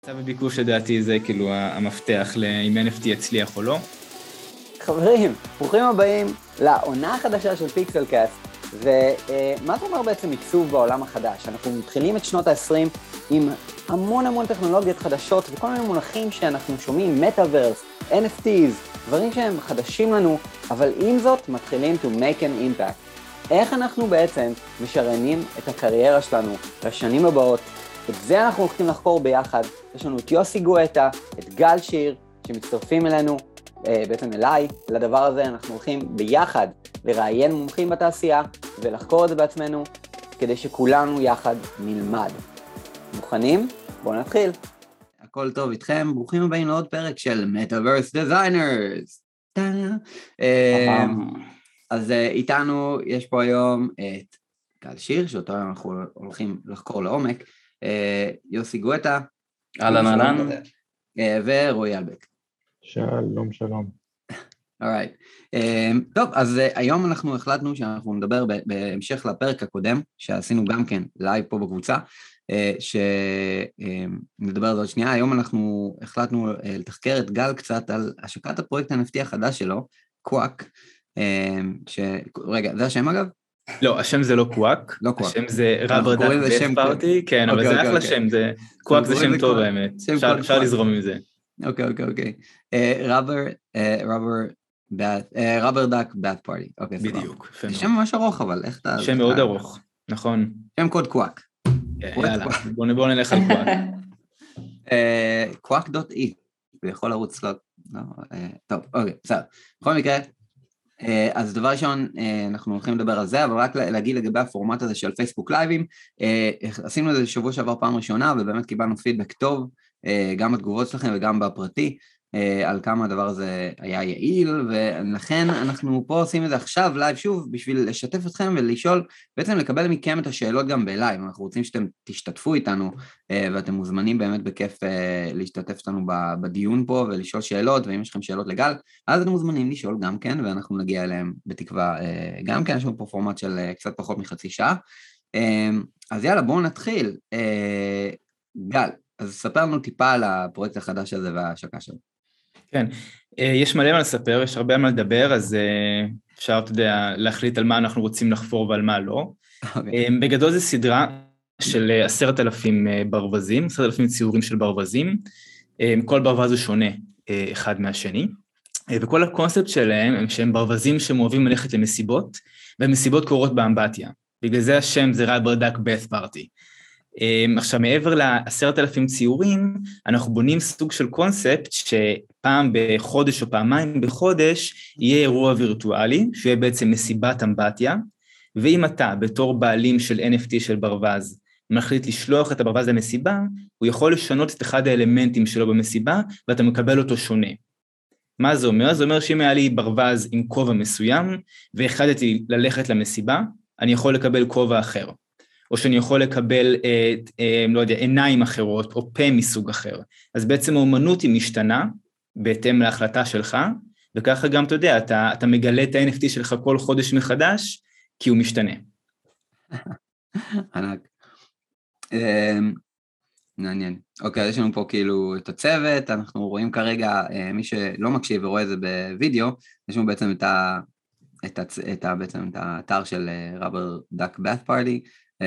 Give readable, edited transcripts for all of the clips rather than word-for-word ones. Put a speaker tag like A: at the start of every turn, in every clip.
A: צו הביקוש לדעתי זה כאילו המפתח אם NFT יצליח או לא.
B: חברים, ברוכים הבאים לעונה החדשה של פיקסלקאסט. ומה זה אומר בעצם עיצוב בעולם החדש? אנחנו מתחילים את שנות ה-20 עם המון טכנולוגיות חדשות וכל מיני מונחים שאנחנו שומעים, מטאברס, NFTs, דברים שהם חדשים לנו, אבל עם זאת מתחילים to make an impact. איך אנחנו בעצם משריינים את הקריירה שלנו לשנים הבאות? את זה אנחנו הולכים לחקור ביחד. יש לנו את יוסי גואטה, את גל שיר, שמצטרפים אלינו, בעצם אליי, לדבר הזה. אנחנו הולכים ביחד לראיין מומחים בתעשייה ולחקור את זה בעצמנו, כדי שכולנו יחד נלמד. מוכנים? בואו נתחיל.
C: הכל טוב איתכם, ברוכים הבאים לעוד פרק של Metaverse Designers. אז איתנו יש פה היום את גל שיר, שאותו אנחנו הולכים לחקור לעומק, יוסי גואטה,
A: אהלן,
C: ורועי אלבק.
D: שלום.
C: Alright. טוב, אז היום אנחנו החלטנו שאנחנו נדבר בהמשך לפרק הקודם, שעשינו גם כן לייב פה בקבוצה, שנדבר על זה עוד שנייה. היום אנחנו החלטנו לתחקר את גל קצת על השקת הפרויקט NFT החדש שלו, קוואק, רגע, זה השם אגב?
A: לא, השם זה לא קוואק, השם זה רבר דק בית פארטי, כן, אבל זה אחלה שם, קוואק זה שם טוב האמת, אפשר לזרום עם זה.
C: אוקיי. רבר דק בית פארטי.
A: בדיוק.
C: זה שם ממש ארוך, אבל איך אתה...
A: שם מאוד ארוך, נכון.
C: שם קוד קוואק.
A: יאללה, בוא נלך על קוואק.
C: קוואק.e, ויכול לרוץ לו... טוב, אוקיי, בסדר. בכל מקרה, אז דבר ראשון, אנחנו הולכים לדבר על זה, אבל רק להגיד לגבי הפורמט הזה של פייסבוק לייבים, עשינו את זה שבוע שעבר פעם ראשונה, ובאמת קיבלנו פידבק טוב, גם בתגובות שלכם וגם בפרטי, על כמה הדבר הזה היה יעיל, ולכן אנחנו פה עושים את זה עכשיו לייב שוב, בשביל לשתף אתכם ולשאול, בעצם לקבל מכם את השאלות גם בלייב. אנחנו רוצים שאתם תשתתפו איתנו, ואתם מוזמנים באמת בכיף להשתתף איתנו בדיון פה, ולשאול שאלות, ואם יש לכם שאלות לגל, אז אתם מוזמנים לשאול גם כן, ואנחנו נגיע אליהם בתקווה גם כן. יש לנו פה פורמט של קצת פחות מחצי שעה. אז יאללה, בואו נתחיל. גל, אז ספר לנו טיפה על הפרויקט החדש הזה וההשקה שלו.
A: כן, יש מלא מה לספר, יש הרבה מה לדבר, אז אפשר, אתה יודע, להחליט על מה אנחנו רוצים לחפור ועל מה לא. בגדול זה סדרה של 10,000 ברווזים, 10,000 ציורים של ברווזים, כל ברווז הוא שונה אחד מהשני, וכל הקונספט שלהם הם שהם ברווזים שמאוהבים ללכת למסיבות, והמסיבות קורות באמבטיה, בגלל זה השם זה רבר דק בית פארטי. עכשיו, מעבר ל10,000 ציורים, אנחנו בונים סוג של קונספט שפעם בחודש או פעמיים בחודש יהיה אירוע וירטואלי, שיהיה בעצם מסיבת אמבטיה, ואם אתה בתור בעלים של NFT של ברווז, מחליט לשלוח את הברווז למסיבה, הוא יכול לשנות את אחד האלמנטים שלו במסיבה, ואתה מקבל אותו שונה. מה זה אומר? זה אומר שאם היה לי ברווז עם כובע מסוים, והחלטתי ללכת למסיבה, אני יכול לקבל כובע אחר. או שאני יכול לקבל, לא יודע, עיניים אחרות, או פה מסוג אחר. אז בעצם האומנות היא משתנה, בהתאם להחלטה שלך, וככה גם, אתה יודע, אתה מגלה את ה-NFT שלך כל חודש מחדש, כי הוא משתנה.
C: ענק. מעניין. אוקיי, יש לנו פה כאילו את הצוות, אנחנו רואים כרגע, מי שלא מקשיב ורואה את זה בווידאו, יש לנו בעצם בעצם את האתר של רבר דק בית פארטי,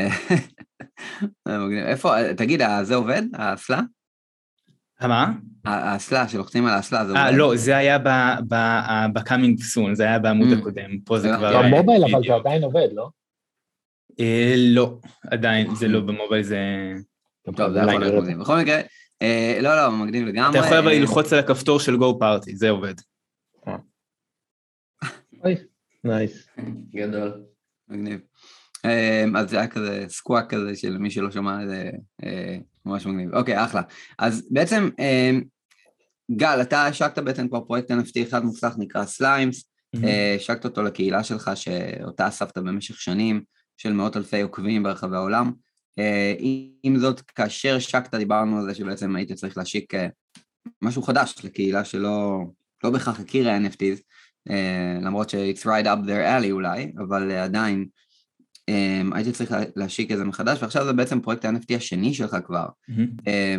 C: איפה, תגיד, זה עובד? האסלה?
A: מה?
C: האסלה, שלוחצים על האסלה, זה עובד?
A: לא, זה היה ב-coming soon, זה היה בעמוד הקודם, פה זה כבר...
D: במובייל, אבל זה עדיין עובד, לא?
A: לא, עדיין, זה לא במובייל, זה...
C: טוב, זה יכול להיות מגניב. בכל מקרה, לא, מגניב לגמרי.
A: אתה יכול אבל ללחוץ על הכפתור של Go Party, זה עובד.
D: אוי, נייס.
C: גדול, מגניב. אז זה היה כזה סקוואק כזה של מי שלא שמע, זה ממש מגניב. אוקיי, אחלה. אז בעצם, גל, אתה השקת בעצם כבר פרויקט NFT אחד מוצלח נקרא סליימס, השקת אותו לקהילה שלך שאותה אספת במשך שנים, של מאות אלפי עוקבים ברחבי העולם. עם זאת, כאשר השקת, דיברנו על זה שבעצם היית צריך להשיק משהו חדש לקהילה שלא בכך הכירה NFTs, למרות ש-it's right up their alley אולי, אבל עדיין, הייתי צריך להשיק איזה מחדש, ועכשיו זה בעצם פרויקט ה-NFT השני שלך כבר.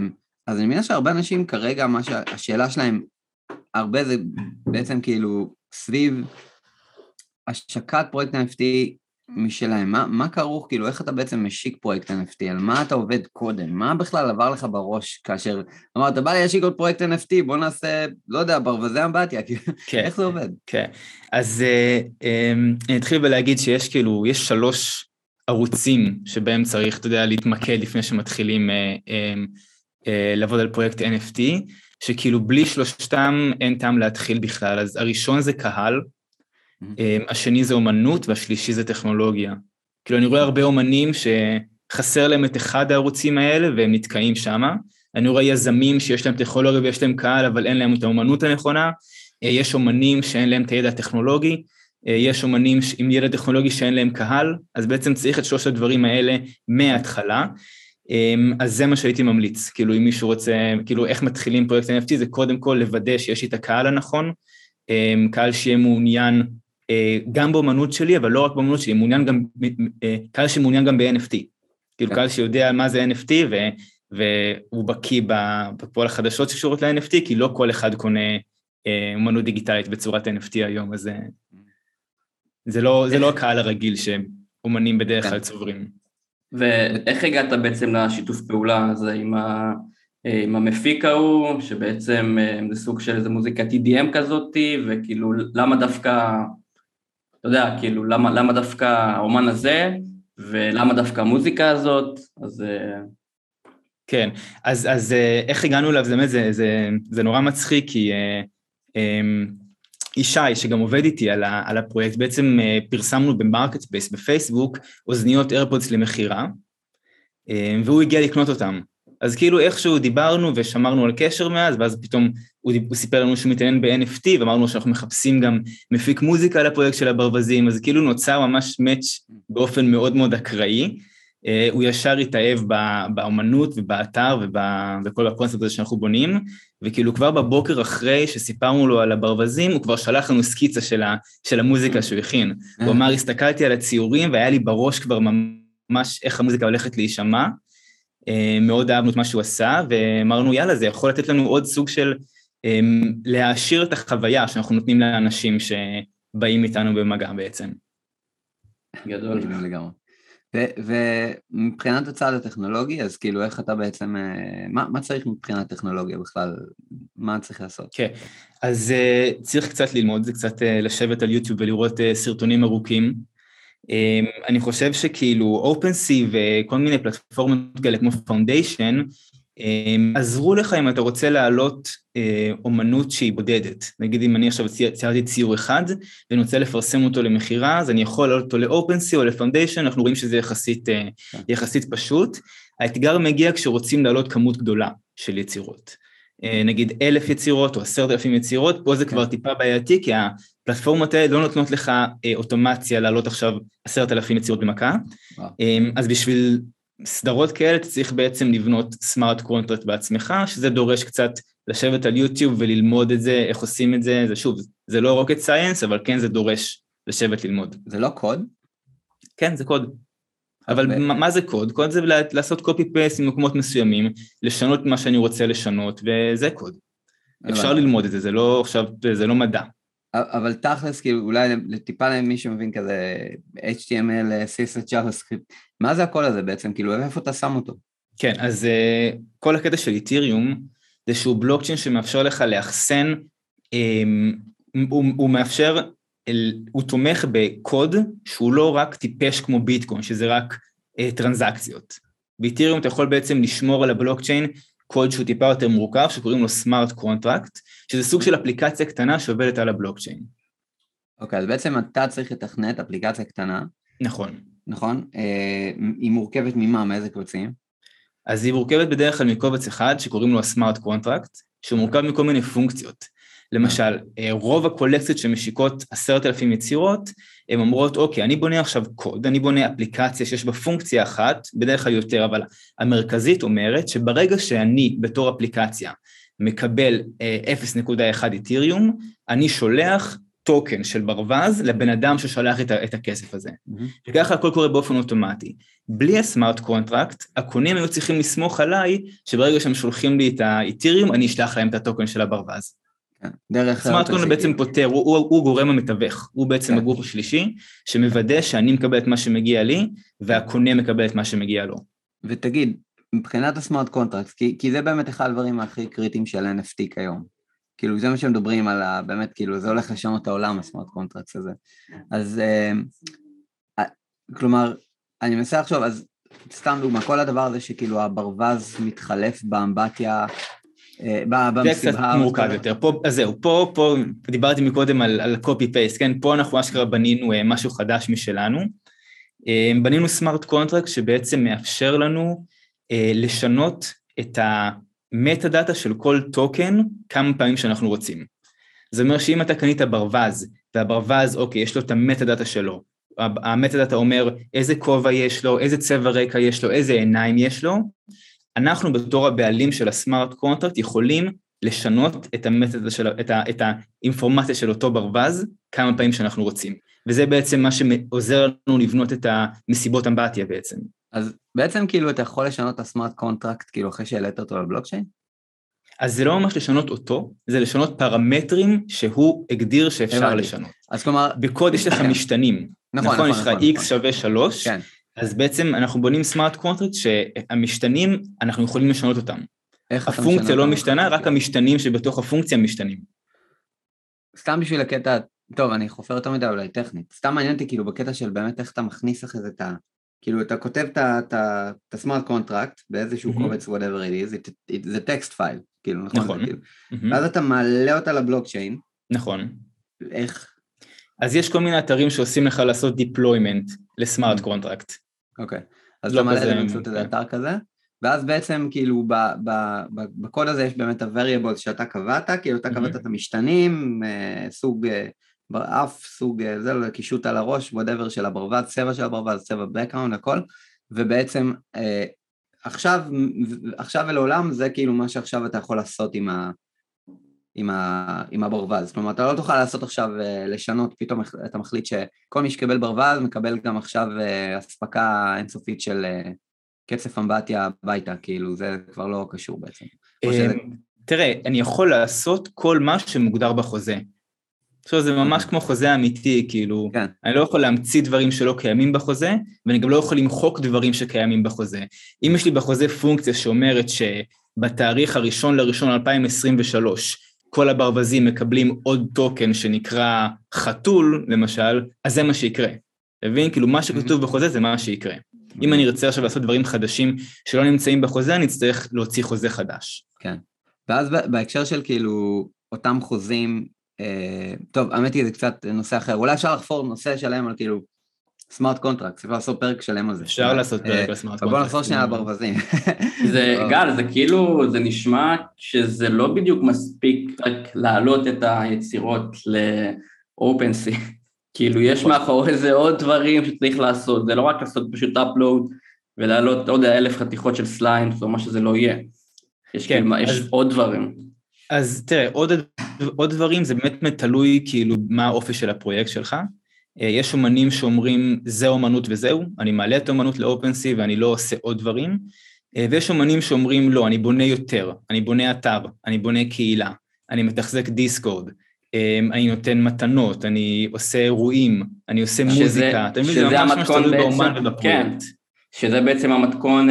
C: אז אני מבין שהרבה אנשים כרגע, השאלה שלהם, הרבה זה בעצם כאילו סביב השקת פרויקט NFT משלהם. מה כרוך, כאילו, איך אתה בעצם משיק פרויקט NFT? על מה אתה עובד קודם? מה בכלל עבר לך בראש כאשר אמרת, בא לי להשיק עוד פרויקט NFT, בוא נעשה, לא יודע, ברווזי אמבטיה, איך זה עובד?
A: כן, אז אני אתחיל בלהגיד שיש כאילו, יש 3 ערוצים שבהם צריך, אתה יודע, להתמקד לפני שמתחילים לעבוד על פרויקט NFT, שכאילו בלי 3 אין טעם להתחיל בכלל. אז הראשון זה קהל, השני זה אומנות, והשלישי זה טכנולוגיה. כאילו אני רואה הרבה אומנים שחסר להם את אחד הערוצים האלה, והם נתקעים שם. אני רואה יזמים שיש להם טכנולוגיה ויש להם קהל, אבל אין להם את האומנות הנכונה. יש אומנים שאין להם את הידע הטכנולוגי, יש אומנים עם ידע טכנולוגי שאין להם קהל, אז בעצם צריך את 3 הדברים האלה מההתחלה. אז זה מה שהייתי ממליץ, כאילו אם מישהו רוצה, כאילו איך מתחילים פרויקט NFT, זה קודם כל לוודא שיש את הקהל הנכון, קהל שיהיה מעוניין גם באמנות שלי, אבל לא רק באמנות שלי, מעוניין גם, קהל שמעוניין גם ב-NFT, כאילו קהל שיודע מה זה NFT, והוא בקיא בפועל החדשות שקשורות ל-NFT, כי לא כל אחד קונה אמנות דיגיטלית בצורת NFT היום, אז זה לא הקהל הרגיל שאומנים בדרך כלל צוברים.
E: ואיך הגעת בעצם לשיתוף פעולה הזה עם המפיק ההוא, שבעצם זה סוג של איזה מוזיקת EDM כזאת, וכאילו למה דווקא, אתה יודע, כאילו למה דווקא האומן הזה, ולמה דווקא המוזיקה הזאת, אז...
A: כן, אז איך הגענו אליו, זה נורא מצחיק, כי ישי, שגם עובד איתי על הפרויקט, בעצם פרסמנו במרקט ספייס בפייסבוק, אוזניות איירפודס למחירה, והוא הגיע לקנות אותם. אז כאילו איכשהו דיברנו ושמרנו על קשר מאז, ואז פתאום הוא סיפר לנו שהוא מתעניין ב-NFT, ואמרנו שאנחנו מחפשים גם מפיק מוזיקה על הפרויקט של הברווזים, אז כאילו נוצר ממש מאץ' באופן מאוד מאוד אקראי, הוא ישר התאהב באמנות ובאתר ובכל הקונספט הזה שאנחנו בונים, וכאילו כבר בבוקר אחרי שסיפרנו לו על הברווזים, הוא כבר שלח לנו סקיצה של המוזיקה שהוא הכין. הוא אמר, הסתכלתי על הציורים והיה לי בראש כבר ממש איך המוזיקה הולכת להישמע, מאוד אהבנו את מה שהוא עשה, ואמרנו, יאללה, זה יכול לתת לנו עוד סוג של להעשיר את החוויה שאנחנו נותנים לאנשים שבאים איתנו במגע בעצם.
C: גדול לגמרי. ומבחינת הצד הטכנולוגי, אז כאילו איך אתה בעצם, מה צריך מבחינת טכנולוגיה בכלל? מה צריך לעשות?
A: כן, אז צריך קצת ללמוד, זה קצת לשבת על יוטיוב ולראות סרטונים ארוכים. אני חושב שכאילו OpenSea וכל מיני פלטפורמות כאלה כמו Foundation, עזרו לך אם אתה רוצה להעלות אומנות שהיא בודדת. נגיד אם אני עכשיו ציירתי ציור אחד, ואני רוצה לפרסם אותו למחירה, אז אני יכול להעלות אותו ל-OpenSea או ל-Foundation, אנחנו רואים שזה יחסית פשוט. האתגר מגיע כשרוצים להעלות כמות גדולה של יצירות. נגיד 1,000 יצירות או 10,000 יצירות, פה זה כבר טיפה בעייתי, כי הפלטפורמות האלה לא נותנות לך אוטומציה להעלות עכשיו 10,000 יצירות במכה, אז בשביל סדרות כאלה אתה צריך בעצם לבנות סמארט קונטרקט בעצמך, שזה דורש קצת לשבת על יוטיוב וללמוד את זה, איך עושים את זה, זה שוב, זה לא rocket science, אבל כן זה דורש לשבת ללמוד.
C: זה לא קוד?
A: כן, זה קוד. אבל מה זה קוד? קוד זה לעשות copy-paste במקומות מסוימים, לשנות מה שאני רוצה לשנות, וזה קוד. אפשר ללמוד את זה, זה לא מדע.
C: אבל תכלס, כאילו, אולי טיפה למי שמבין כזה, HTML, CSS, JavaScript, מה זה הכל הזה בעצם? כאילו, איפה אתה שם אותו?
A: כן, אז כל הקטע של איתריום, זה שהוא בלוקצ'יין שמאפשר לך לאחסן, הוא מאפשר, הוא תומך בקוד שהוא לא רק טיפש כמו ביטקוין, שזה רק טרנזקציות. באיתריום אתה יכול בעצם לשמור על הבלוקצ'יין, קוד שהוא טיפה יותר מורכב, שקוראים לו סמארט קונטרקט, שזה סוג של אפליקציה קטנה שעובדת על הבלוקצ'יין.
C: אוקיי, אז בעצם אתה צריך לתכנת אפליקציה קטנה.
A: נכון.
C: נכון? היא מורכבת ממה? מאיזה קבצים?
A: אז היא מורכבת בדרך כלל מקובץ אחד, שקוראים לו הסמארט קונטרקט, שהוא מורכב מכל מיני פונקציות. למשל, רוב הקולקציות שמשיקות 10,000 יצירות, הן אומרות, אוקיי, אני בונה עכשיו קוד, אני בונה אפליקציה שיש בה פונקציה אחת, בדרך כלל יותר, אבל המרכזית אומרת שברגע שאני בתור אפליקציה מקבל 0.1 איתריום, אני שולח טוקן של ברווז לבן אדם ששלח את הכסף הזה. וככה הכל קורה באופן אוטומטי. בלי הסמארט קונטרקט, הקונים היו צריכים לסמוך עליי, שברגע שהם שולחים לי את האתריום, אני אשלח להם את הטוקן של הברווז. סמארט קונטרקט בעצם פותר, הוא גורם המתווך, הוא בעצם הגוף השלישי, שמוודא שאני מקבל את מה שמגיע לי, והקונה מקבל את מה שמגיע לו.
C: ותגיד, מבחינת הסמארט קונטרקט, כי זה באמת אחד הדברים הכי קריטיים של NFT כיום. כאילו, זה מה שמדברים על, באמת, כאילו, זה הולך לשנות את העולם, הסמארט קונטרקט הזה. אז, כלומר, אני מנסה לחשוב, אז סתם דוגמה, כל הדבר הזה שכאילו הברווז מתחלף באמבטיה,
A: זה קצת מורכב יותר. אז זהו, פה דיברתי מקודם על copy-paste, כן? פה אנחנו אשכרה בנינו משהו חדש משלנו. בנינו סמארט קונטרקט שבעצם מאפשר לנו לשנות את המטה דאטה של כל טוקן כמה פעמים שאנחנו רוצים. זה אומר שאם אתה קנית ברווז, והברווז, אוקיי, יש לו את המטה דאטה שלו, המטה דאטה אומר איזה כובע יש לו, איזה צבע רקע יש לו, איזה עיניים יש לו, אנחנו בתור הבעלים של הסמארט קונטרקט יכולים לשנות את המטה של, את האינפורמציה של אותו ברווז כמה פעמים שאנחנו רוצים. וזה בעצם מה שעוזר לנו לבנות את המסיבות אמבטיה בעצם.
C: אז בעצם כאילו אתה יכול לשנות את הסמארט קונטרקט כאילו אחרי שהעלית אותו לבלוקצ'יין?
A: אז זה לא ממש לשנות אותו, זה לשנות פרמטרים שהוא הגדיר שאפשר לשנות.
C: אז כלומר...
A: בקוד יש לך משתנים.
C: נכון,
A: יש לך x שווה 3,
C: כן.
A: אז בעצם אנחנו בונים סמארט קונטרקט שהמשתנים, אנחנו יכולים לשנות אותם. הפונקציה לא משתנה, רק המשתנים שבתוך הפונקציה משתנים.
C: סתם בשביל הקטע, טוב, אני חופר יותר מדי אולי טכנית, סתם מעניין אותי כאילו בקטע של באמת איך אתה מכניס אחרי זה את ה... כאילו אתה כותב את הסמארט קונטרקט באיזשהו קובץ, whatever it is, זה טקסט פייל, כאילו, נכון? ואז אתה מעלה אותה לבלוקצ'יין.
A: נכון.
C: איך?
A: אז יש כל מיני אתרים שעושים לך לעשות deployment לסמארט קונטרקט.
C: אוקיי, אז אתה מעלה את זה באמצעות איזה אתר כזה, ואז בעצם כאילו בקוד הזה יש באמת ה-variables שאתה קבעת, כאילו אתה קבעת את המשתנים, סוג אף, סוג, זה לא, קישוט על הראש, whatever של הברווז, צבע של הברווז, צבע background, הכל, ובעצם עכשיו ולעולם זה כאילו מה שעכשיו אתה יכול לעשות עם הברווז, כלומר אתה לא תוכל לעשות עכשיו לשנות, פתאום אתה מחליט שכל מי שקבל ברווז מקבל גם עכשיו הספקה אינסופית של קצף אמבטיה הביתה, כאילו זה כבר לא קשור בעצם.
A: תראה, אני יכול לעשות כל מה שמוגדר בחוזה. עכשיו זה ממש כמו חוזה אמיתי, כאילו, אני לא יכול להמציא דברים שלא קיימים בחוזה, ואני גם לא יכול למחוק דברים שקיימים בחוזה. אם יש לי בחוזה פונקציה שאומרת שבתאריך הראשון לראשון 2023, כל הברווזים מקבלים עוד טוקן שנקרא חתול, למשל, אז זה מה שיקרה. תבין? כאילו, מה שכתוב בחוזה זה מה שיקרה. אם אני ארצה עכשיו לעשות דברים חדשים שלא נמצאים בחוזה, אני אצטרך להוציא חוזה חדש.
C: כן. ואז בהקשר של כאילו, אותם חוזים, טוב, האמת היא זה קצת נושא אחר, אולי אפשר לחפור נושא שלם על כאילו, סמארט קונטרקט, אפשר לעשות פרק שלם על זה.
A: אפשר לעשות פרק על סמארט קונטרקט.
C: בוא נחזור שנייה על ברווזים.
E: גל, זה כאילו, זה נשמע שזה לא בדיוק מספיק רק להעלות את היצירות ל-OpenSea. כאילו יש מאחורי זה עוד דברים שצריך לעשות, זה לא רק לעשות פשוט upload ולהעלות עוד 1,000 חתיכות של סליימס או מה שזה לא יהיה. יש עוד דברים.
A: אז תראה, עוד דברים זה באמת תלוי כאילו מה האופי של הפרויקט שלך. יש אומנים שאומרים זה אומנות וזהו, אני מעלה את אומנות ל-OpenSea ואני לא עושה עוד דברים, ויש אומנים שאומרים לא, אני בונה יותר, אני בונה אתר, אני בונה קהילה, אני מתחזק דיסקורד, אני נותן מתנות, אני עושה אירועים, אני עושה מוזיקה,
E: שזה המתכון בעצם, כן, שזה בעצם המתכון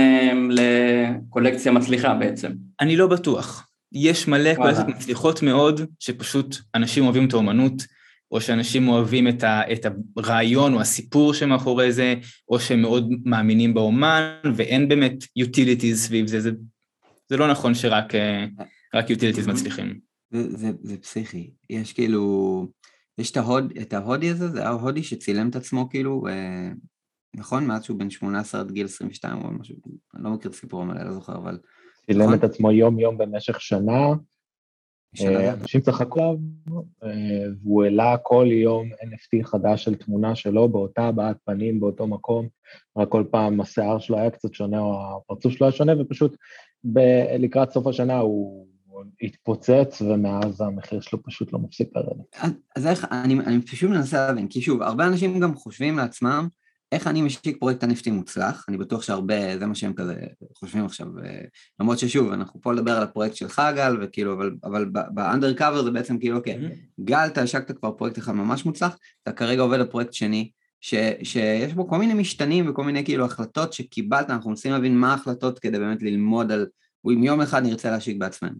E: לקולקציה מצליחה בעצם.
A: אני לא בטוח. יש מלא קולקציות מצליחות מאוד, שפשוט אנשים אוהבים את האומנות, או שאנשים אוהבים את הרעיון או הסיפור שמאחורי זה, או שהם מאוד מאמינים באומן, ואין באמת utilities סביב זה. זה לא נכון שרק utilities מצליחים.
C: זה פסיכי. יש כאילו, יש את ההודי הזה, זה ההודי שצילם את עצמו כאילו, נכון? מאז שהוא בן 18 עד גיל 22 או משהו, אני לא מכיר את סיפור המלא, לא זוכר, אבל...
D: צילם את עצמו יום במשך שנה, אנשים צחקו עליו, והוא העלה כל יום NFT חדש של תמונה שלו, באותה הבעת פנים, באותו מקום, רק כל פעם השיער שלו היה קצת שונה, או הפרצוף שלו היה שונה, ופשוט לקראת סוף השנה הוא התפוצץ, ומאז המחיר שלו פשוט לא מפסיק לרדת.
C: אז איך, אני פשוט מנסה להבין, כי שוב, הרבה אנשים גם חושבים לעצמם, איך אני משיק פרויקט NFT מוצלח, אני בטוח שהרבה, זה מה שהם כזה חושבים עכשיו, למרות ששוב, אנחנו פה לדבר על הפרויקט שלך, גל, וכאילו, אבל באנדרקאבר זה בעצם כאילו, אוקיי, גל, אתה השקת כבר פרויקט אחד ממש מוצלח, אתה כרגע עובד על פרויקט שני, שיש בו כל מיני משתנים וכל מיני כאילו החלטות שקיבלת, אנחנו מנסים להבין מה ההחלטות כדי באמת ללמוד על, אם יום אחד נרצה להשיק בעצמנו.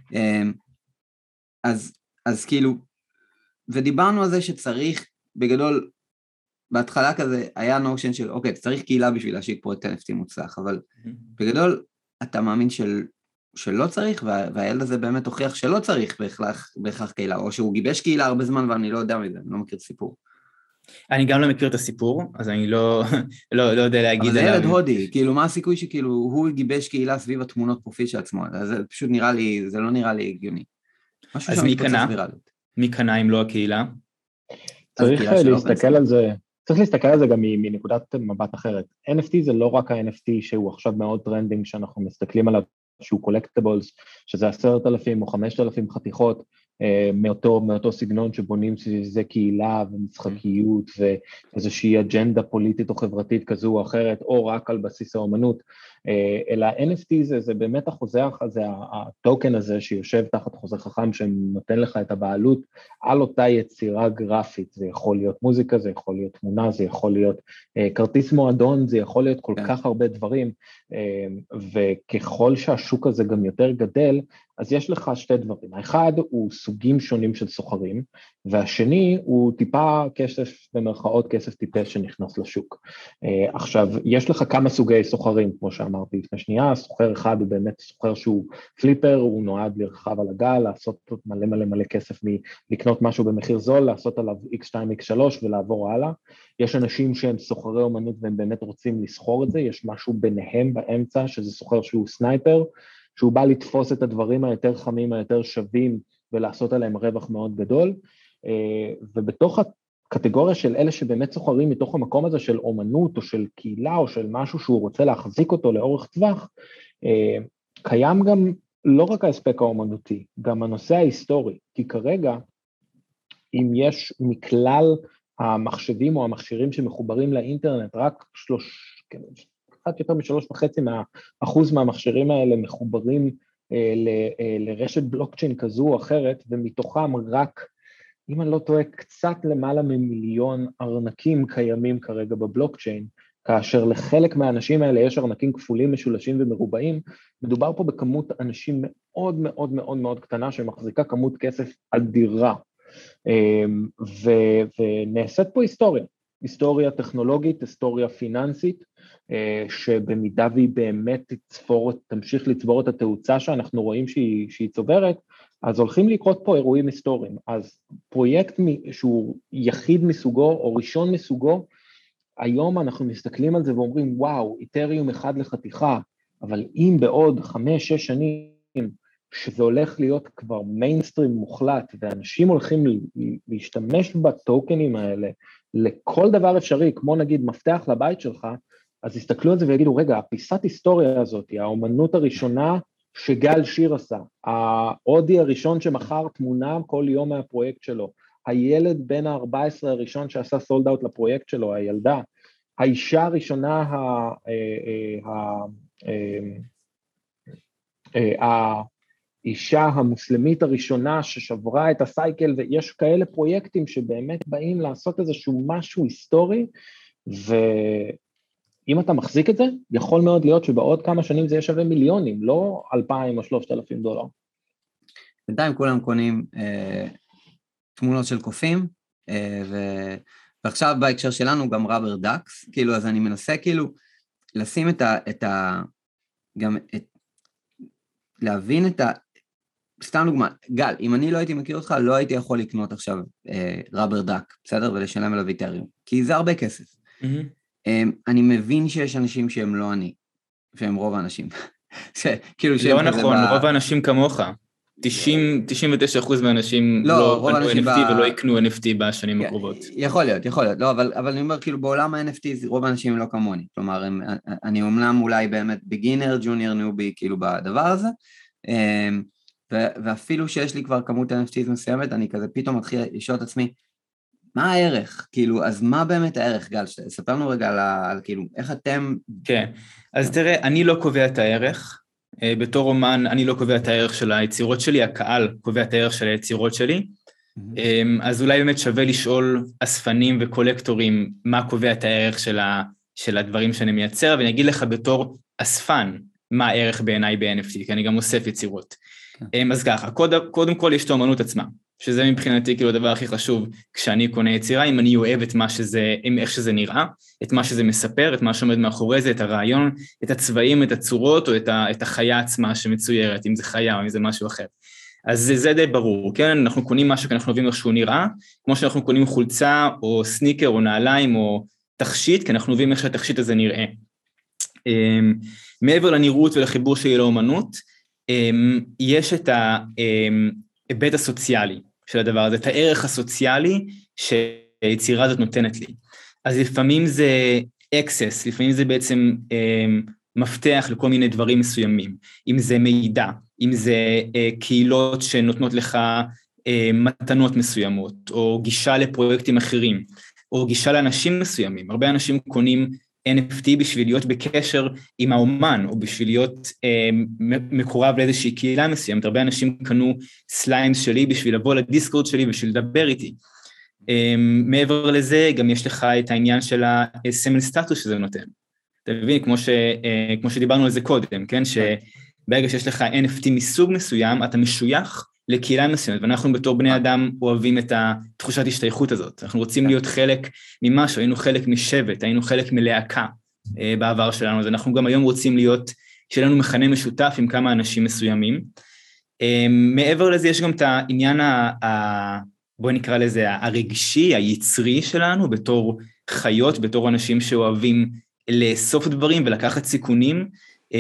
C: אז כאילו, ודיברנו על זה שצריך, בגדול, בהתחלה כזה היה נושן של, אוקיי, צריך קהילה בשביל להשיק פרויקט NFT מוצלח, אבל בגדול, אתה מאמין שלא צריך, והילד הזה באמת הוכיח שלא צריך בהכרח קהילה, או שהוא גיבש קהילה הרבה זמן ואני לא יודע מזה, אני לא מכיר סיפור.
A: אני גם לא מכיר את הסיפור, אז אני לא יודע להגיד
C: עליו. אבל זה ילד הודי, כאילו מה הסיכוי שכאילו הוא גיבש קהילה סביב התמונות פרופיל של עצמו, זה פשוט נראה לי, זה לא נראה לי הגיוני.
A: אז מי קנה אם לא הקהילה?
D: צריך להסתכל על זה גם מנקודת מבט אחרת. NFT זה לא רק ה-NFT שהוא עכשיו מאוד טרנדינג, שאנחנו מסתכלים עליו, שהוא קולקטיבלס, שזה 10,000 או 5,000 חתיכות, מאותו סגנון שבונים שזה קהילה ומשחקיות ואיזושהי אג'נדה פוליטית או חברתית כזו או אחרת, או רק על בסיס האומנות, אלא NFT זה באמת החוזה, זה הטוקן הזה שיושב תחת חוזה חכם שנותן לך את הבעלות על אותה יצירה גרפית, זה יכול להיות מוזיקה, זה יכול להיות תמונה, זה יכול להיות כרטיס מועדון, זה יכול להיות כל כך הרבה דברים, וככל שהשוק הזה גם יותר גדל, אז יש לך שתי דברים, האחד הוא סוגים שונים של סוחרים, והשני הוא טיפה כסף, במרכאות כסף טיפש שנכנס לשוק. עכשיו, יש לך כמה סוגי סוחרים, כמו שאמרתי לפני שנייה, סוחר אחד הוא באמת סוחר שהוא פליפר, הוא נועד לרחב על הגל, לעשות מלא מלא מלא כסף לקנות משהו במחיר זול, לעשות עליו X2, X3 ולעבור הלאה. יש אנשים שהם סוחרי אומנות והם באמת רוצים לסחור את זה, יש משהו ביניהם באמצע, שזה סוחר שהוא סנייפר, שהוא בא לתפוס את הדברים היותר חמים, היותר שווים, ולעשות עליהם רווח מאוד גדול, ובתוך הקטגוריה של אלה שבאמת סוחרים מתוך המקום הזה של אומנות, או של קהילה, או של משהו שהוא רוצה להחזיק אותו לאורך טווח, קיים גם לא רק האספקט האומנותי, גם הנושא ההיסטורי, כי כרגע, אם יש מכלל המחשבים או המכשירים שמחוברים לאינטרנט, רק קצת יותר מ3.5% מהמכשירים האלה מחוברים לרשת בלוקצ'יין כזו או אחרת, ומתוכם רק, אם אני לא טועה, קצת למעלה ממיליון ארנקים קיימים כרגע בבלוקצ'יין, כאשר לחלק מהאנשים האלה יש ארנקים כפולים, משולשים ומרובעים, מדובר פה בכמות אנשים מאוד מאוד מאוד מאוד קטנה, שמחזיקה כמות כסף אדירה, ונעשית פה היסטוריה טכנולוגית, היסטוריה פיננסית, שבמידה והיא באמת תמשיך לצבור את התאוצה שאנחנו רואים שהיא צוברת, אז הולכים לקרות פה אירועים היסטוריים. אז פרויקט שהוא יחיד מסוגו או ראשון מסוגו, היום אנחנו מסתכלים על זה ואומרים, וואו, איתריום אחד לחתיכה, אבל אם בעוד 5-6 שנים, שזה הולך להיות כבר מיינסטרים מוחלט, ואנשים הולכים להשתמש בטוקנים האלה, לכל דבר אפשרי, כמו נגיד מפתח לבית שלך, אז יסתכלו על זה ויגידו, רגע, הפיסת היסטוריה הזאת, האומנות הראשונה שגל שיר עשה, ההודי הראשון שמכר תמונה כל יום מהפרויקט שלו, הילד בן ה-14 הראשון שעשה סולד אאוט לפרויקט שלו, הילדה, האישה הראשונה, האישה המוסלמית הראשונה ששברה את הסייקל, ויש כאלה פרויקטים שבאמת באים לעשות איזשהו משהו היסטורי, ואם אתה מחזיק את זה, יכול מאוד להיות שבעוד כמה שנים זה יהיה שווה מיליונים, לא 2,000 או 3,000 דולר.
C: בינתיים כולם קונים תמונות של קופים, ועכשיו בהקשר שלנו גם ראבר דאקס, כאילו אז אני מנסה כאילו לשים להבין סתם דוגמה, גל, אם אני לא הייתי מכיר אותך, לא הייתי יכול לקנות עכשיו ראבר דאק, בסדר? ולשלם עליו איתריום, כי זה הרבה כסף. אני מבין שיש אנשים שהם לא אני, שהם רוב האנשים.
A: לא נכון, רוב האנשים כמוך. 99% מהאנשים לא קנו NFT ולא יקנו NFT בשנים הקרובות.
C: יכול להיות, לא, אבל אני אומר, כאילו בעולם ה-NFT רוב האנשים לא כמוני, כלומר, אני אומנם אולי באמת beginner, junior, newbie, כאילו בדבר הזה, ואפילו שיש לי כבר כמות NFTs מסוימת, אני כזה פתאום מתחיל לשאול את עצמי, מה הערך? כאילו, אז מה באמת הערך, גל? ספר לנו רגע על כאילו, איך אתם...
A: כן, אז תראה, אני לא קובע את הערך, בתור אומן אני לא קובע את הערך של היצירות שלי, הקהל קובע את הערך של היצירות שלי, אז אולי באמת שווה לשאול אספנים וקולקטורים מה קובע את הערך של הדברים שאני מייצר, ואני אגיד לך בתור אספן מה הערך בעיניי ב-NFT, כי אני גם אוסף יצירות. אז ככה, קודם כל יש את האמנות עצמה, שזה מבחינתי כאילו הדבר הכי חשוב כשאני קונה יצירה, אם אני אוהב את מה שזה, איך שזה נראה, את מה שזה מספר, את מה שעומד מאחורי זה, את הרעיון, את הצבעים, את הצורות, או את החיה עצמה שמצוירת, אם זה חיה או אם זה משהו אחר. אז זה די ברור, כן? אנחנו קונים משהו כי אנחנו אוהבים איך שהוא נראה, כמו שאנחנו קונים חולצה או סניקר או נעליים או תכשיט, כי אנחנו אוהבים איך שהתכשיט הזה נראה. מעבר לנראות ולחיבור שלי לאומנות, יש את ההיבט הסוציאלי של הדבר הזה, את הערך הסוציאלי שהיצירה הזאת נותנת לי. אז לפעמים זה access, לפעמים זה בעצם מפתח לכל מיני דברים מסוימים, אם זה מידע, אם זה קהילות שנותנות לך מתנות מסוימות, או גישה לפרויקטים אחרים, או גישה לאנשים מסוימים. הרבה אנשים קונים NFT בשביל להיות בקשר עם האומן, או בשביל להיות מקורב לאיזושהי קהילה מסוימת. הרבה אנשים קנו סליימס שלי בשביל לבוא לדיסקורד שלי בשביל לדבר איתי. מעבר לזה, גם יש לך את העניין של הסמל סטטוס שזה נותן. אתה מבין, כמו שדיברנו על זה קודם, כן? שברגע שיש לך NFT מסוג מסוים, אתה משוייך לקהילה מסוימת, ואנחנו בתור בני אדם אוהבים את התחושת השתייכות הזאת. אנחנו רוצים להיות חלק ממשהו, היינו חלק משבט, היינו חלק מלהקה בעבר שלנו, אז אנחנו גם היום רוצים להיות, שיהיה לנו מכנה משותף עם כמה אנשים מסוימים. מעבר לזה יש גם את העניין, בואי נקרא לזה, הרגשי, היצרי שלנו, בתור חיות, בתור אנשים שאוהבים לאסוף דברים ולקחת סיכונים,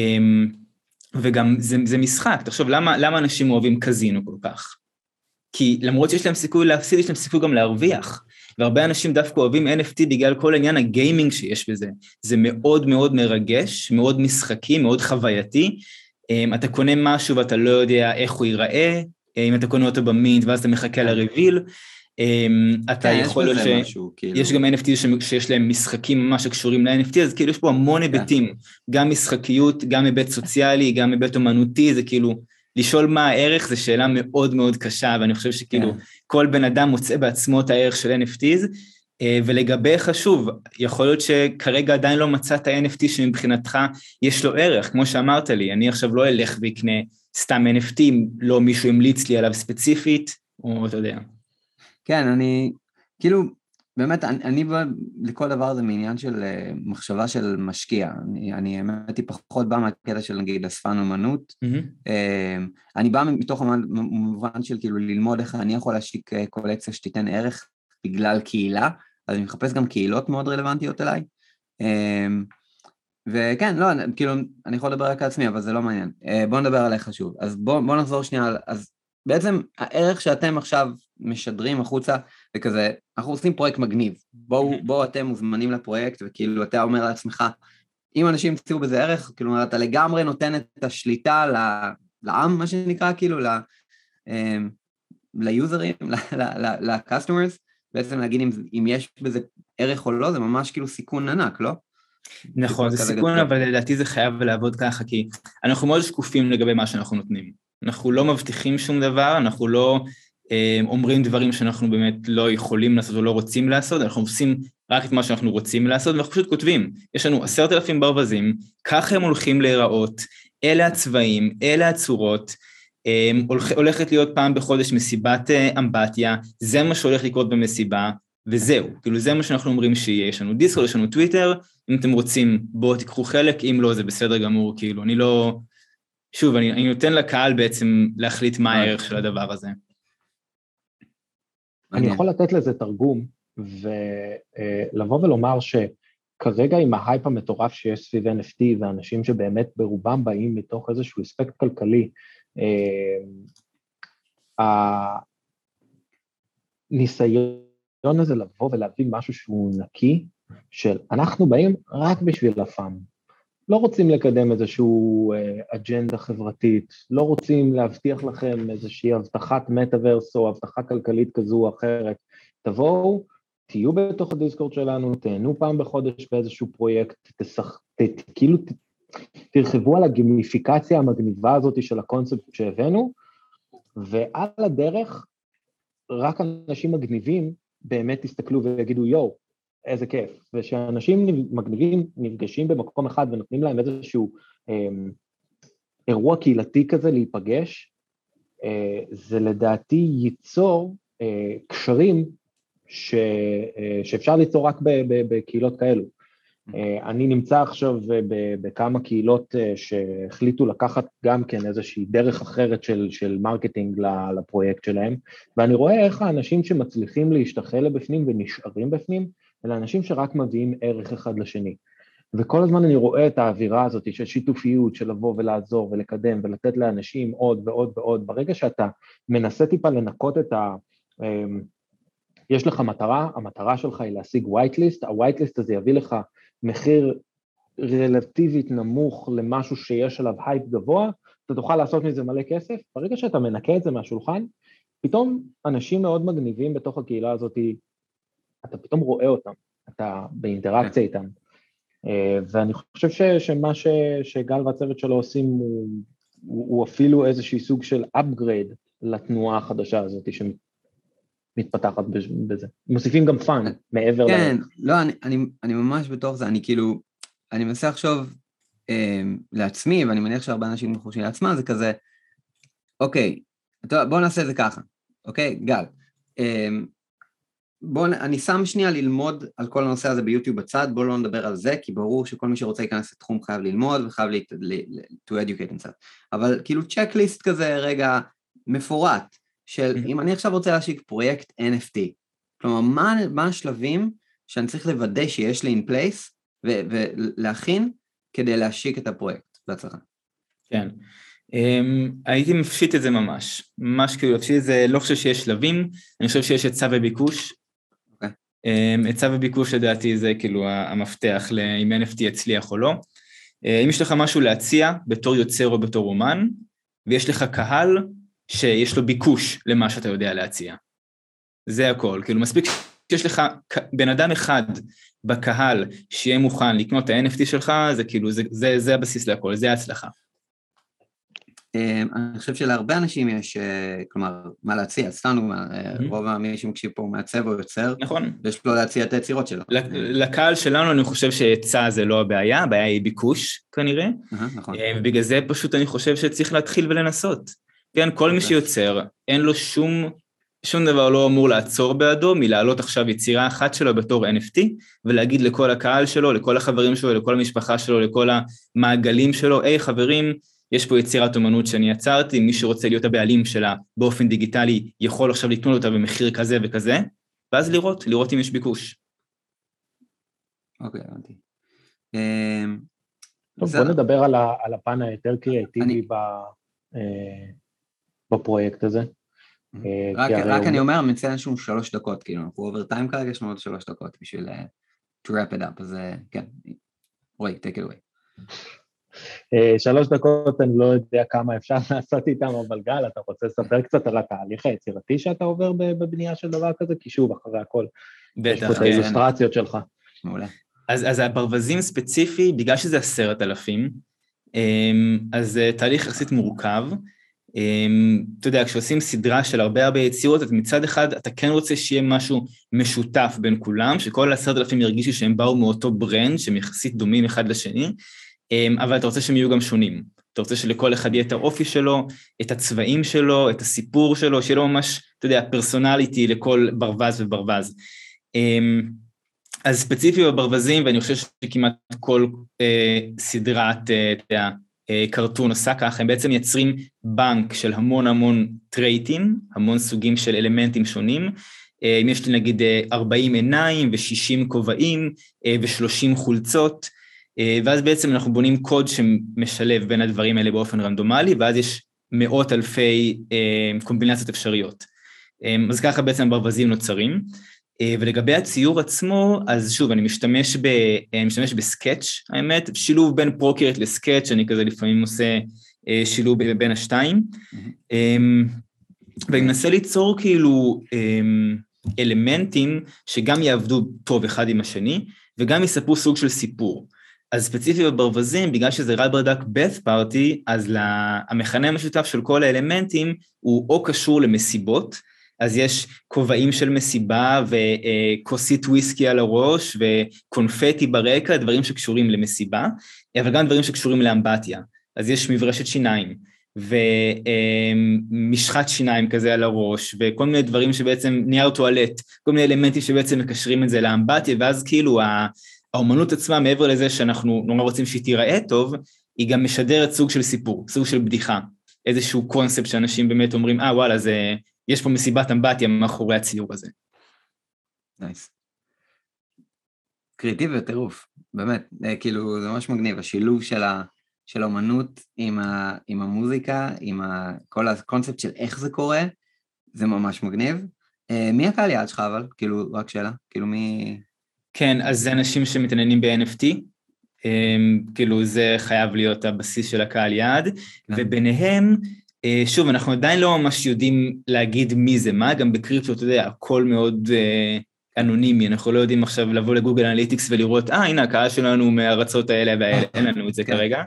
A: וגם זה משחק. תחשוב, למה אנשים אוהבים קזינו כל כך? כי למרות שיש להם סיכוי להפסיד, יש להם סיכוי גם להרוויח, והרבה אנשים דווקא אוהבים NFT בגלל כל עניין הגיימינג שיש בזה. זה מאוד מאוד מרגש, מאוד משחקי, מאוד חווייתי. אתה קונה משהו ואתה לא יודע איך הוא ייראה, אם אתה קונה אותו במינט ואז אתה מחכה לרביל, אתה יכול להיות שיש גם NFT שיש להם משחקים ממש שקשורים ל-NFT, אז כאילו יש פה המון היבטים, גם משחקיות, גם היבט סוציאלי, גם היבט אומנותי, זה כאילו, לשאול מה הערך, זו שאלה מאוד מאוד קשה, ואני חושב שכאילו כל בן אדם מוצא בעצמו את הערך של NFTs, ולגביך שוב, יכול להיות שכרגע עדיין לא מצאת ה-NFT שמבחינתך יש לו ערך, כמו שאמרת לי, אני עכשיו לא אלך ויקנה סתם NFT, לא מישהו המליץ לי עליו ספציפית, או אתה יודע.
C: כן, אני, כאילו, באמת, אני לכל דבר זה מעניין של מחשבה של משקיע, אני האמתי פחות בא מהקטע של נגיד אספן אומנות, אני בא מתוך המובן של כאילו ללמוד איך אני יכול להשיק קולקציה שתיתן ערך בגלל קהילה, אז אני מחפש גם קהילות מאוד רלוונטיות אליי, וכן, לא, כאילו, אני יכול לדבר רק על עצמי, אבל זה לא מעניין, בואו נדבר עליך שוב, אז בואו נחזור שנייה, אז בעצם הערך שאתם עכשיו משדרים החוצה, וכזה, אנחנו עושים פרויקט מגניב, בואו אתם מוזמנים לפרויקט, וכאילו אתה אומר לעצמך, אם אנשים ימצאו בזה ערך, כאילו אתה לגמרי נותן את השליטה לעם, מה שנקרא, כאילו, ליוזרים, לקסטומרס, בעצם להגיד אם יש בזה ערך או לא, זה ממש כאילו סיכון ענק, לא?
A: נכון, זה סיכון, אבל לדעתי זה חייב לעבוד ככה, כי אנחנו מאוד שקופים לגבי מה שאנחנו נותנים. אנחנו לא מבטיחים שום דבר, אנחנו לא אומרים דברים שאנחנו באמת לא יכולים לעשות או לא רוצים לעשות, אנחנו עושים רק את מה שאנחנו רוצים לעשות, ואנחנו פשוט כותבים, יש לנו 10,000 ברווזים, ככה הם הולכים להיראות, אלה הצבעים, אלה הצורות, הולכת להיות פעם בחודש מסיבת אמבטיה, זה מה שהולך לקרות במסיבה, וזהו, כאילו זה מה שאנחנו אומרים שיהיה, יש לנו דיסקורד, יש לנו טוויטר, אם אתם רוצים בואו תיקחו חלק, אם לא זה בסדר גמור, כאילו אני לא, שוב, אני נותן לקהל בעצם להחליט מה הערך של הדבר הזה.
D: אני יכול לתת לזה תרגום, ולבוא ולומר שכרגע עם ההייפ המטורף שיש סביב NFT, ואנשים שבאמת ברובם באים מתוך איזשהו אספקט כלכלי, הניסיון הזה לבוא ולהביא משהו שהוא נקי, של אנחנו באים רק בשביל הפאן. לא רוצים לקדם איזשהו אג'נדה חברתית, לא רוצים להבטיח לכם איזושהי הבטחת מטאברס או הבטחה כלכלית כזו או אחרת. תבואו, תהיו בתוך הדיסקורד שלנו, תהנו פעם בחודש באיזשהו פרויקט, כאילו תרחבו על הגימיפיקציה המגניבה הזאת של הקונספט שהבאנו, ועל הדרך רק אנשים מגניבים באמת תסתכלו ויגידו יו, איזה כיף, ושאנשים מגניבים נפגשים במקום אחד ונותנים להם איזשהו אירוע קהילתי כזה להיפגש, זה לדעתי ייצור קשרים שאפשר ליצור רק בקהילות כאלו. אני נמצא עכשיו בכמה קהילות שהחליטו לקחת גם כן איזושהי דרך אחרת של מרקטינג לפרויקט שלהם, ואני רואה איך האנשים שמצליחים להשתחל לבפנים ונשארים בפנים, אלה אנשים שרק מביאים ערך אחד לשני. וכל הזמן אני רואה את האווירה הזאת של שיתופיות, של לבוא ולעזור ולקדם ולתת לאנשים עוד ועוד ועוד. ברגע שאתה מנסה טיפה לנקות את יש לך מטרה, המטרה שלך היא להשיג whitelist, ה-whitelist הזה יביא לך מחיר רלטיבית נמוך למשהו שיש עליו הייפ גבוה, אתה תוכל לעשות מזה מלא כסף. ברגע שאתה מנקה את זה מהשולחן, פתאום אנשים מאוד מגניבים בתוך הקהילה הזאת, אתה פתאום רואה אותם, אתה באינטראקציה איתם. ואני חושב שמה שגל והצוות שלו עושים הוא אפילו איזושהי סוג של upgrade לתנועה החדשה הזאת שמתפתחת בזה. מוסיפים גם פאן מעבר ל...
C: כן, לא, אני ממש בתוך זה, אני כאילו, אני מנסה לחשוב לעצמי, ואני מניח שהרבה אנשים חושבים לעצמם, זה כזה, אוקיי, בואו נעשה את זה ככה, אוקיי, גל, אני שם שנייה ללמוד על כל הנושא הזה ביוטיוב בצד, בואו לא נדבר על זה, כי ברור שכל מי שרוצה להיכנס לתחום חייב ללמוד, וחייב to educate קצת, אבל כאילו צ'קליסט כזה רגע מפורט, של אם אני עכשיו רוצה להשיק פרויקט NFT, כלומר מה השלבים שאני צריך לוודא שיש לי in place, ולהכין כדי להשיק את הפרויקט בהצלחה.
A: כן, הייתי מפשיט את זה ממש כאילו, לפשיט את זה, לא חושב שיש שלבים, אני חושב שיש היצע וביקוש, היצע וביקוש לדעתי זה כאילו המפתח אם NFT יצליח או לא. אם יש לך משהו להציע בתור יוצר או בתור רומן, ויש לך קהל שיש לו ביקוש למה שאתה יודע להציע. זה הכל, כאילו מספיק שיש לך בן אדם אחד בקהל שיהיה מוכן לקנות את ה-NFT שלך, זה כאילו, זה הבסיס להכל, זה ההצלחה.
C: אני חושב שלהרבה אנשים יש, כלומר, מה להציע, סתנו, רוב מי שמקשיב פה מעצב או יוצר,
A: נכון.
C: ויש לו להציע את היצירות שלו.
A: לקהל שלנו אני חושב שהיצע זה לא הבעיה, הבעיה היא ביקוש כנראה,
C: נכון.
A: ובגלל זה פשוט אני חושב שצריך להתחיל ולנסות. כן, כל מי שיוצר, אין לו שום דבר לא אמור לעצור בעדו, מלהעלות עכשיו יצירה אחת שלו בתור NFT, ולהגיד לכל הקהל שלו, לכל החברים שלו, לכל המשפחה שלו, לכל המעגלים שלו, היי חברים, יש פה יצירת אומנות שאני יצרתי, מי שרוצה להיות הבעלים שלה באופן דיגיטלי, יכול עכשיו לקנות אותה במחיר כזה וכזה, ואז לראות אם יש ביקוש.
C: אוקיי, הבנתי.
D: טוב, בוא נדבר על הפן היותר קריאטיבי בפרויקט הזה.
C: רק אני אומר, מציין שום 3 דקות, כאילו, אנחנו אובר טיים כרגע, יש לנו עוד 3 דקות בשביל to wrap it up, אז כן, רועי, take it away.
D: 3 דקות, אני לא יודע כמה אפשר לעשות איתם, אבל גל, אתה רוצה לספר קצת על התהליך היצירתי שאתה עובר בבנייה של דבר כזה? כי שוב, אחרי הכל, יש פה את האילוסטרציות שלך.
C: מעולה.
A: אז הברווזים ספציפי, בגלל שזה 10,000, אז תהליך יחסית מורכב, אתה יודע, כשעושים סדרה של הרבה יצירות, אז מצד אחד אתה כן רוצה שיהיה משהו משותף בין כולם, שכל 10,000 ירגישו שהם באו מאותו ברנד, שהם יחסית דומים אחד לשני, אבל אתה רוצה שהם יהיו גם שונים, אתה רוצה שלכל אחד יהיה את האופי שלו, את הצבעים שלו, את הסיפור שלו, שיהיה לו ממש, אתה יודע, פרסונליטי לכל ברווז וברווז. אז ספציפי בברווזים, ואני חושב שכמעט כל סדרת קרטון עושה כך, הם בעצם יצרים בנק של המון טרייטים, המון סוגים של אלמנטים שונים, אם יש לי נגיד 40 עיניים ו60 כובעים ו30 חולצות, ואז בעצם אנחנו בונים קוד שמשלב בין הדברים האלה באופן רנדומלי, ואז יש מאות אלפי קומבינציות אפשריות. אז ככה בעצם הברווזים נוצרים. ולגבי הציור עצמו, אז שוב, אני משתמש בסקאץ', האמת, שילוב בין פרוקרט לסקאץ', אני כזה לפעמים עושה שילוב בין השתיים, ואני מנסה ליצור כאילו אלמנטים שגם יעבדו טוב אחד עם השני, וגם יספרו סוג של סיפור. אז ספציפי בברווזים, בגלל שזה רברדק בת פארטי, אז המכנה המשותף של כל האלמנטים הוא או קשור למסיבות, אז יש כובעים של מסיבה וכוסית וויסקי על הראש וקונפטי ברקע, דברים שקשורים למסיבה, אבל גם דברים שקשורים לאמבטיה. אז יש מברשת שיניים ומשחת שיניים כזה על הראש, וכל מיני דברים שבעצם נייר טואלט, כל מיני אלמנטים שבעצם מקשרים את זה לאמבטיה, ואז כאילו האומנות עצמה, מעבר לזה שאנחנו נורא רוצים שהיא תיראה טוב, היא גם משדרת סוג של סיפור, סוג של בדיחה, איזשהו קונספט שאנשים באמת אומרים, וואלה, יש פה מסיבת אמבטיה מאחורי הציור הזה.
C: נייס. קריאטיבי וטירוף, באמת, כאילו זה ממש מגניב, השילוב של האומנות עם המוזיקה, עם כל הקונספט של איך זה קורה, זה ממש מגניב. מי הקהל יעד שלך אבל? כאילו, רק שאלה, כאילו מי...
A: כן, אז זה אנשים שמתעניינים ב-NFT, כאילו זה חייב להיות הבסיס של הקהל יעד, וביניהם, שוב, אנחנו עדיין לא ממש יודעים להגיד מי זה מה, גם בקריפטו, אתה יודע, הכל מאוד אנונימי, אנחנו לא יודעים עכשיו לבוא לגוגל אנליטיקס ולראות, הנה, הקהל שלנו מהארצות האלה והאלה, אין לנו את זה כרגע.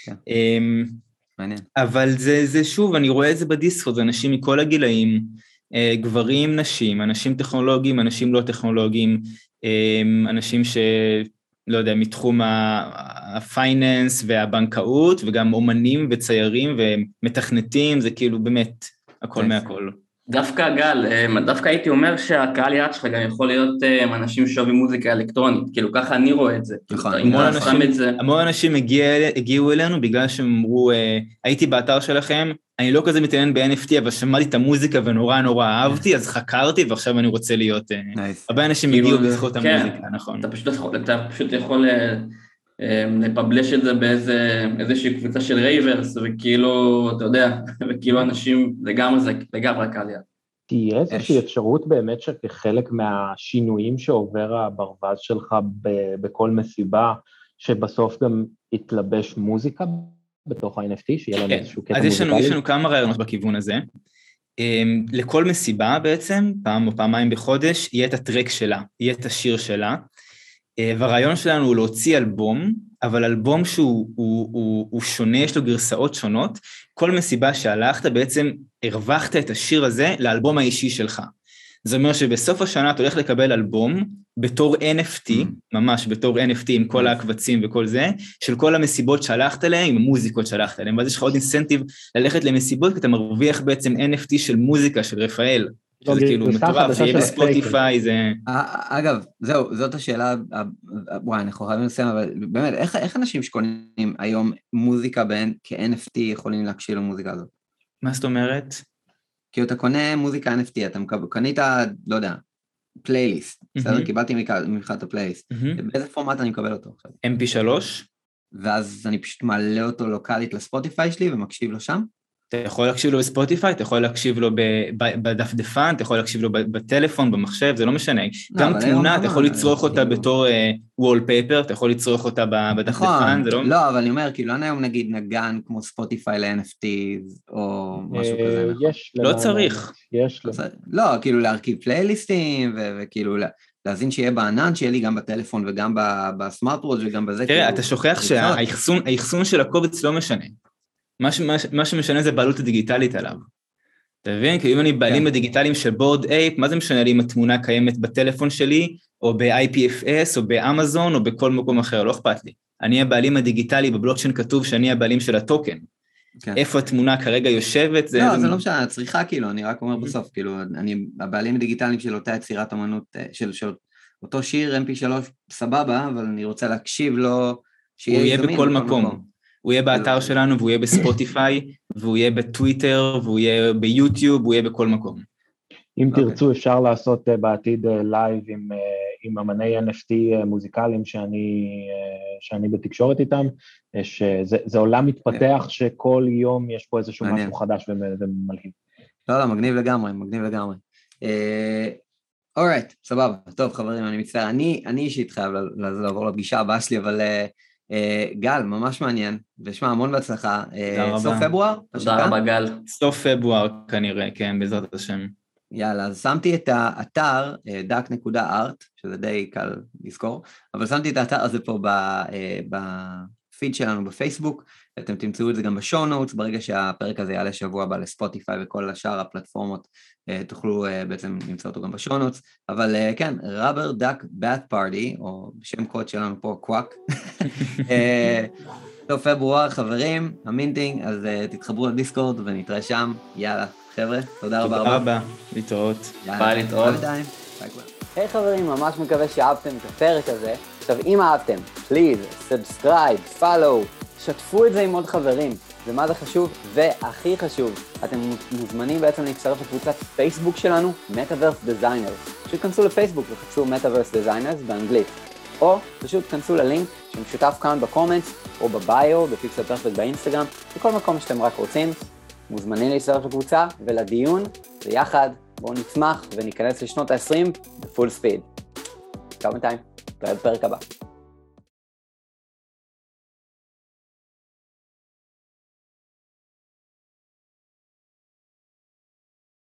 A: אבל זה שוב, אני רואה את זה בדיסקורד, זה אנשים מכל הגילאים, גברים, נשים, אנשים טכנולוגיים, אנשים לא טכנולוגיים, אנשים לא יודע, מתחום הפייננס והבנקאות, וגם אומנים וציירים ומתכנתים, זה כאילו באמת הכל מהכל.
E: דווקא גל, דווקא הייתי אומר שהקהל יעד שלך גם יכול להיות אנשים שאוהבים מוזיקה אלקטרונית, כאילו ככה אני רואה את זה.
A: המון אנשים הגיעו אלינו בגלל שהם אמרו, הייתי באתר שלכם, אני לא כזה מתעניין ב-NFT, אבל שמעתי את המוזיקה ונורא נורא אהבתי, אז חקרתי ועכשיו אני רוצה להיות... הרבה אנשים הגיעו בזכות המוזיקה, נכון.
E: אתה פשוט יכול לפבלש את זה באיזושהי קבוצה של רייברס, וכאילו, אתה יודע, וכאילו אנשים לגמרי קהל יעד.
D: תהיה איזושהי אפשרות באמת שכחלק מהשינויים שעובר הברווז שלך בכל מסיבה, שבסוף גם יתלבש מוזיקה בתוך ה-NFT, שיהיה לנו איזשהו קטע מוזיקלי?
A: אז יש לנו כמה רעיונות בכיוון הזה. לכל מסיבה בעצם, פעם או פעמיים בחודש, יהיה את הטרק שלה, יהיה את השיר שלה, והרעיון שלנו הוא להוציא אלבום, אבל אלבום שהוא שונה, יש לו גרסאות שונות, כל מסיבה שהלכת בעצם הרווחת את השיר הזה לאלבום האישי שלך. זה אומר שבסוף השנה אתה הולך לקבל אלבום בתור NFT, ממש בתור NFT עם כל הקבצים וכל זה, של כל המסיבות שהלכת אליהם, עם המוזיקות שהלכת אליהם, ואז יש לך עוד אינסנטיב ללכת למסיבות, כי אתה מרוויח בעצם NFT של מוזיקה של רפאל, שזה כאילו מטורף, זה יהיה בספוטיפיי, זה...
C: אגב, זהו, זאת השאלה, וואי, אנחנו חייבים לסיים, אבל באמת, איך אנשים שקונים היום מוזיקה כ-NFT יכולים להקשיב למוזיקה הזאת?
A: מה זאת אומרת?
C: כי אתה קונה מוזיקה NFT, אתה קנית, לא יודע, פלייליסט, בסדר? קיבלתי ממך את הפלייליסט, באיזה פורמט אני מקבל אותו עכשיו?
A: MP3?
C: ואז אני פשוט מעלה אותו לוקלית לספוטיפיי שלי ומקשיב לו שם?
A: אתה יכול להקשיב לו בספוטיפיי, אתה יכול להקשיב לו בדפדפן, אתה יכול להקשיב לו בטלפון, במחשב, זה לא משנה. גם תמונה, אתה יכול לצרוך אותה בתור וולפייפר, אתה יכול לצרוך אותה בדפדפן, זה לא...
C: לא, אבל אני אומר, כאילו, אין היום נגיד נגן כמו ספוטיפיי ל-NFT, או משהו כזה, נכון?
A: לא צריך.
C: לא, כאילו להרכיב פלייליסטים, וכאילו להזין שיהיה בענן, שיהיה לי גם בטלפון וגם בסמארט וואץ' וגם בזה.
A: תראה, אתה שוכח שהאחסון של הקובץ לא משנה. מה שמשנה זה בעלות הדיגיטלית עליו. אתה מבין? כי אם אני בעלים הדיגיטליים של בורד אייפ, מה זה משנה לי אם התמונה קיימת בטלפון שלי, או ב-IPFS, או באמזון, או בכל מקום אחר, לא אכפת לי. אני הבעלים הדיגיטלי, בבלוקצ'יין כתוב שאני הבעלים של הטוקן. איפה התמונה כרגע יושבת?
C: לא, זה לא משנה, צריכה כאילו, אני רק אומר בסוף, כאילו, אני הבעלים הדיגיטליים של אותה יצירת אמנות, של אותו שיר MP3 סבבה, אבל אני רוצה להקשיב לו,
A: הוא יהיה בכל מקום. הוא יהיה באתר שלנו, והוא יהיה בספוטיפיי, והוא יהיה בטוויטר, והוא יהיה ביוטיוב, והוא יהיה בכל מקום.
D: אם תרצו, אפשר לעשות בעתיד לייב עם אמני NFT מוזיקליים שאני בתקשורת איתם, זה עולם מתפתח שכל יום יש פה איזשהו משהו חדש ומלהיב.
C: לא, מגניב לגמרי, מגניב לגמרי. אורייט, סבבה. טוב, חברים, אני מצטער. אני אישית חייב לעבור לפגישה הבאה שלי, אבל גל, ממש מעניין, ושמע, המון בהצלחה. סוף פברואר?
E: תודה רבה, גל.
A: סוף פברואר כנראה, כן, בעזרת השם.
C: יאללה, אז שמתי את האתר, duck.art, שזה די קל לזכור, אבל שמתי את האתר הזה פה בפיד שלנו בפייסבוק, אתם תמצאו את זה גם בשואו נוטס, ברגע שהפרק הזה יעלה שבוע הבא לספוטיפיי וכל השאר הפלטפורמות, תוכלו בעצם למצוא אותו גם בשואו נוטס, אבל כן, Rubber Duck Bath Party, או בשם קוד שלנו פה, קוואק, טוב, פברואר, חברים, המינטינג, אז תתחברו לדיסקורד ונתראה שם, יאללה, חבר'ה, תודה רבה.
A: תודה רבה, להתראות.
E: ביי, להתראות.
B: היי חברים, ממש מקווה שאהבתם את הפרק הזה. עכשיו, אם אהבתם, פליז, סאבסקרייב, פולו, שתפו את זה עם עוד חברים. ומה זה חשוב? והכי חשוב, אתם מוזמנים בעצם להצטרף לקבוצת פייסבוק שלנו, Metaverse Designers. פשוט כנסו לפייסבוק וחפשו Metaverse Designers באנגלית. או פשוט כנסו ללינק שמשותף כאן בקומנטס, או בביו, בפיקסל פרפקט באינסטגרם, בכל מקום שאתם רק רוצים. מוזמנים להצטרף לקבוצה ולדיון, ויחד בואו נצמח וניכנס לשנות ה-20 בפול ספיד. עכשיו בינתיים, נתראה בפרק הבא.